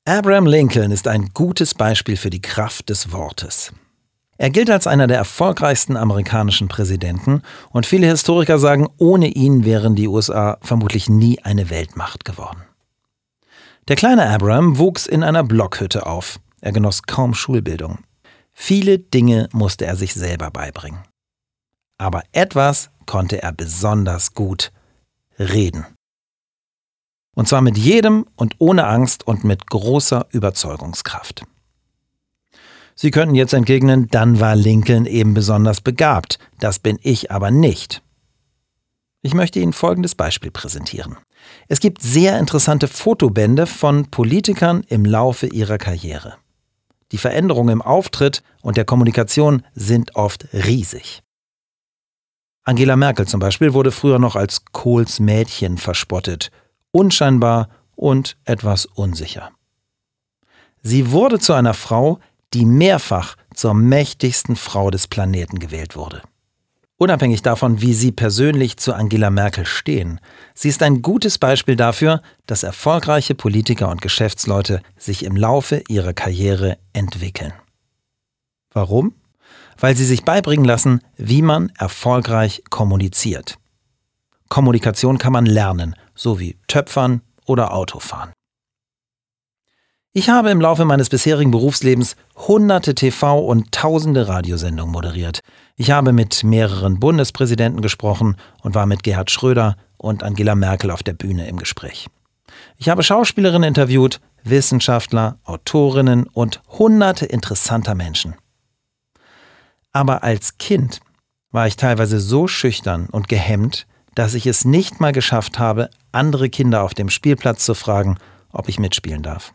Abraham Lincoln ist ein gutes Beispiel für die Kraft des Wortes. Er gilt als einer der erfolgreichsten amerikanischen Präsidenten und viele Historiker sagen, ohne ihn wären die USA vermutlich nie eine Weltmacht geworden. Der kleine Abraham wuchs in einer Blockhütte auf. Er genoss kaum Schulbildung. Viele Dinge musste er sich selber beibringen. Aber etwas konnte er besonders gut: reden. Und zwar mit jedem und ohne Angst und mit großer Überzeugungskraft. Sie könnten jetzt entgegnen, dann war Lincoln eben besonders begabt. Das bin ich aber nicht. Ich möchte Ihnen folgendes Beispiel präsentieren. Es gibt sehr interessante Fotobände von Politikern im Laufe ihrer Karriere. Die Veränderungen im Auftritt und der Kommunikation sind oft riesig. Angela Merkel zum Beispiel wurde früher noch als Kohls Mädchen verspottet, unscheinbar und etwas unsicher. Sie wurde zu einer Frau, die mehrfach zur mächtigsten Frau des Planeten gewählt wurde. Unabhängig davon, wie Sie persönlich zu Angela Merkel stehen, sie ist ein gutes Beispiel dafür, dass erfolgreiche Politiker und Geschäftsleute sich im Laufe ihrer Karriere entwickeln. Warum? Weil sie sich beibringen lassen, wie man erfolgreich kommuniziert. Kommunikation kann man lernen, so wie Töpfern oder Autofahren. Ich habe im Laufe meines bisherigen Berufslebens hunderte TV- und tausende Radiosendungen moderiert. Ich habe mit mehreren Bundespräsidenten gesprochen und war mit Gerhard Schröder und Angela Merkel auf der Bühne im Gespräch. Ich habe Schauspielerinnen interviewt, Wissenschaftler, Autorinnen und hunderte interessanter Menschen. Aber als Kind war ich teilweise so schüchtern und gehemmt, dass ich es nicht mal geschafft habe, andere Kinder auf dem Spielplatz zu fragen, ob ich mitspielen darf.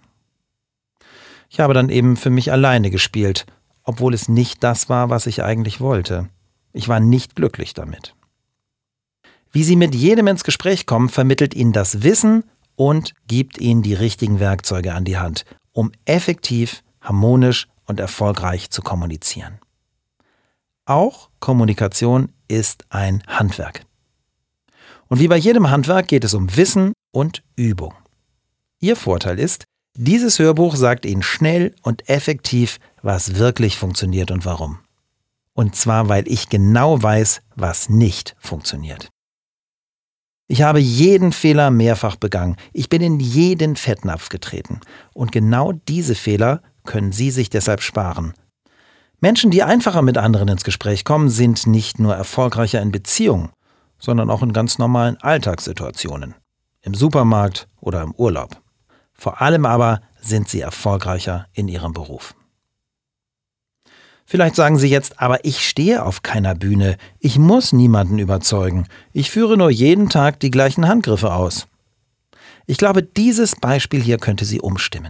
Ich habe dann eben für mich alleine gespielt, obwohl es nicht das war, was ich eigentlich wollte. Ich war nicht glücklich damit. Wie Sie mit jedem ins Gespräch kommen, vermittelt Ihnen das Wissen und gibt Ihnen die richtigen Werkzeuge an die Hand, um effektiv, harmonisch und erfolgreich zu kommunizieren. Auch Kommunikation ist ein Handwerk. Und wie bei jedem Handwerk geht es um Wissen und Übung. Ihr Vorteil ist, dieses Hörbuch sagt Ihnen schnell und effektiv, was wirklich funktioniert und warum. Und zwar, weil ich genau weiß, was nicht funktioniert. Ich habe jeden Fehler mehrfach begangen. Ich bin in jeden Fettnapf getreten. Und genau diese Fehler können Sie sich deshalb sparen. Menschen, die einfacher mit anderen ins Gespräch kommen, sind nicht nur erfolgreicher in Beziehungen, sondern auch in ganz normalen Alltagssituationen. Im Supermarkt oder im Urlaub. Vor allem aber sind sie erfolgreicher in ihrem Beruf. Vielleicht sagen Sie jetzt, aber ich stehe auf keiner Bühne, ich muss niemanden überzeugen, ich führe nur jeden Tag die gleichen Handgriffe aus. Ich glaube, dieses Beispiel hier könnte Sie umstimmen.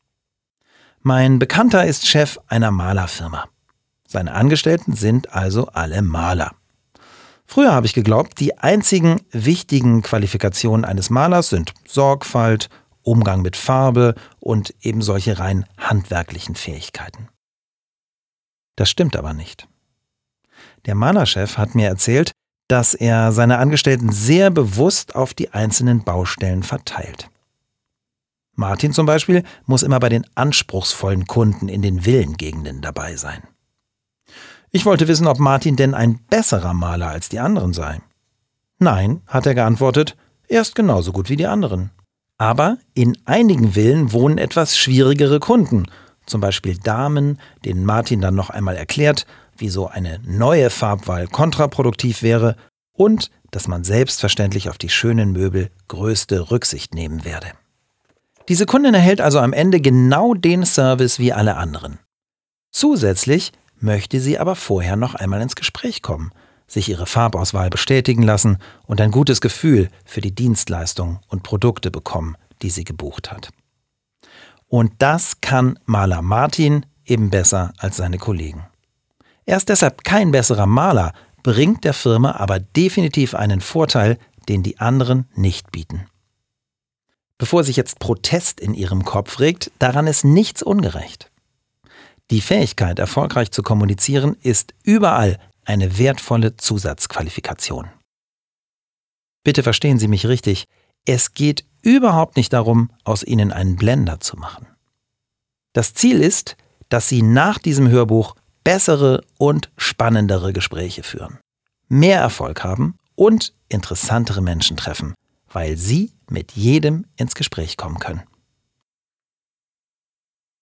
Mein Bekannter ist Chef einer Malerfirma. Seine Angestellten sind also alle Maler. Früher habe ich geglaubt, die einzigen wichtigen Qualifikationen eines Malers sind Sorgfalt, Umgang mit Farbe und eben solche rein handwerklichen Fähigkeiten. Das stimmt aber nicht. Der Malerchef hat mir erzählt, dass er seine Angestellten sehr bewusst auf die einzelnen Baustellen verteilt. Martin zum Beispiel muss immer bei den anspruchsvollen Kunden in den Villengegenden dabei sein. Ich wollte wissen, ob Martin denn ein besserer Maler als die anderen sei. Nein, hat er geantwortet, er ist genauso gut wie die anderen. Aber in einigen Villen wohnen etwas schwierigere Kunden, zum Beispiel Damen, denen Martin dann noch einmal erklärt, wieso eine neue Farbwahl kontraproduktiv wäre und dass man selbstverständlich auf die schönen Möbel größte Rücksicht nehmen werde. Diese Kundin erhält also am Ende genau den Service wie alle anderen. Zusätzlich möchte sie aber vorher noch einmal ins Gespräch kommen, sich ihre Farbauswahl bestätigen lassen und ein gutes Gefühl für die Dienstleistungen und Produkte bekommen, die sie gebucht hat. Und das kann Maler Martin eben besser als seine Kollegen. Er ist deshalb kein besserer Maler, bringt der Firma aber definitiv einen Vorteil, den die anderen nicht bieten. Bevor sich jetzt Protest in Ihrem Kopf regt, daran ist nichts ungerecht. Die Fähigkeit, erfolgreich zu kommunizieren, ist überall eine wertvolle Zusatzqualifikation. Bitte verstehen Sie mich richtig, es geht überhaupt nicht darum, aus Ihnen einen Blender zu machen. Das Ziel ist, dass Sie nach diesem Hörbuch bessere und spannendere Gespräche führen, mehr Erfolg haben und interessantere Menschen treffen, weil Sie mit jedem ins Gespräch kommen können.